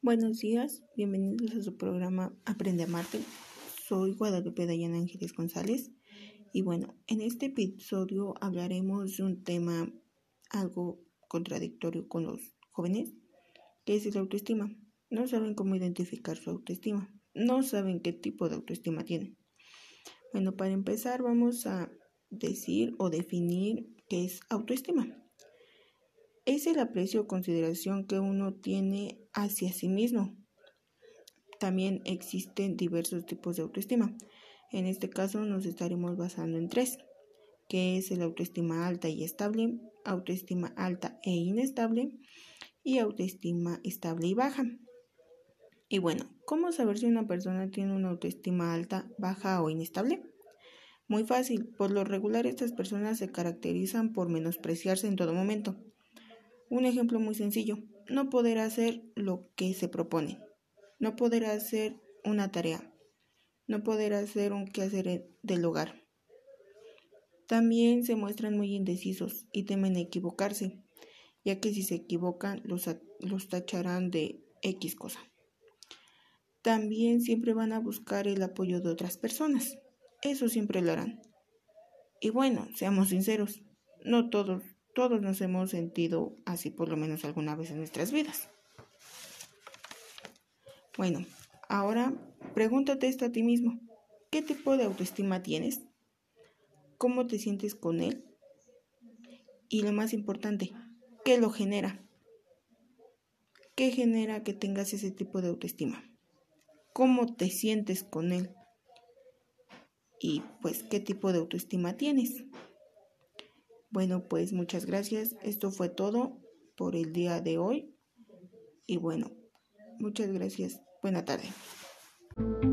Buenos días, bienvenidos a su programa Aprende a Amarte. Soy Guadalupe Dayana Ángeles González y en este episodio hablaremos de un tema algo contradictorio con los jóvenes, que es la autoestima. No saben cómo identificar su autoestima, no saben qué tipo de autoestima tienen. Para empezar vamos a decir o definir qué es autoestima. Es el aprecio o consideración que uno tiene hacia sí mismo. También existen diversos tipos de autoestima. En este caso nos estaremos basando en 3, que es el autoestima alta y estable, autoestima alta e inestable y autoestima estable y baja. Y ¿cómo saber si una persona tiene una autoestima alta, baja o inestable? Muy fácil, por lo regular estas personas se caracterizan por menospreciarse en todo momento. Un ejemplo muy sencillo, no poder hacer lo que se propone, no poder hacer una tarea, no poder hacer un quehacer del hogar. También se muestran muy indecisos y temen equivocarse, ya que si se equivocan los tacharán de X cosa. También siempre van a buscar el apoyo de otras personas, eso siempre lo harán. Y seamos sinceros, no todos nos hemos sentido así por lo menos alguna vez en nuestras vidas. Ahora pregúntate esto a ti mismo. ¿Qué tipo de autoestima tienes? ¿Cómo te sientes con él? Y lo más importante, ¿qué lo genera? ¿Qué genera que tengas ese tipo de autoestima? ¿Cómo te sientes con él? Y ¿qué tipo de autoestima tienes? Muchas gracias. Esto fue todo por el día de hoy. Y muchas gracias. Buena tarde.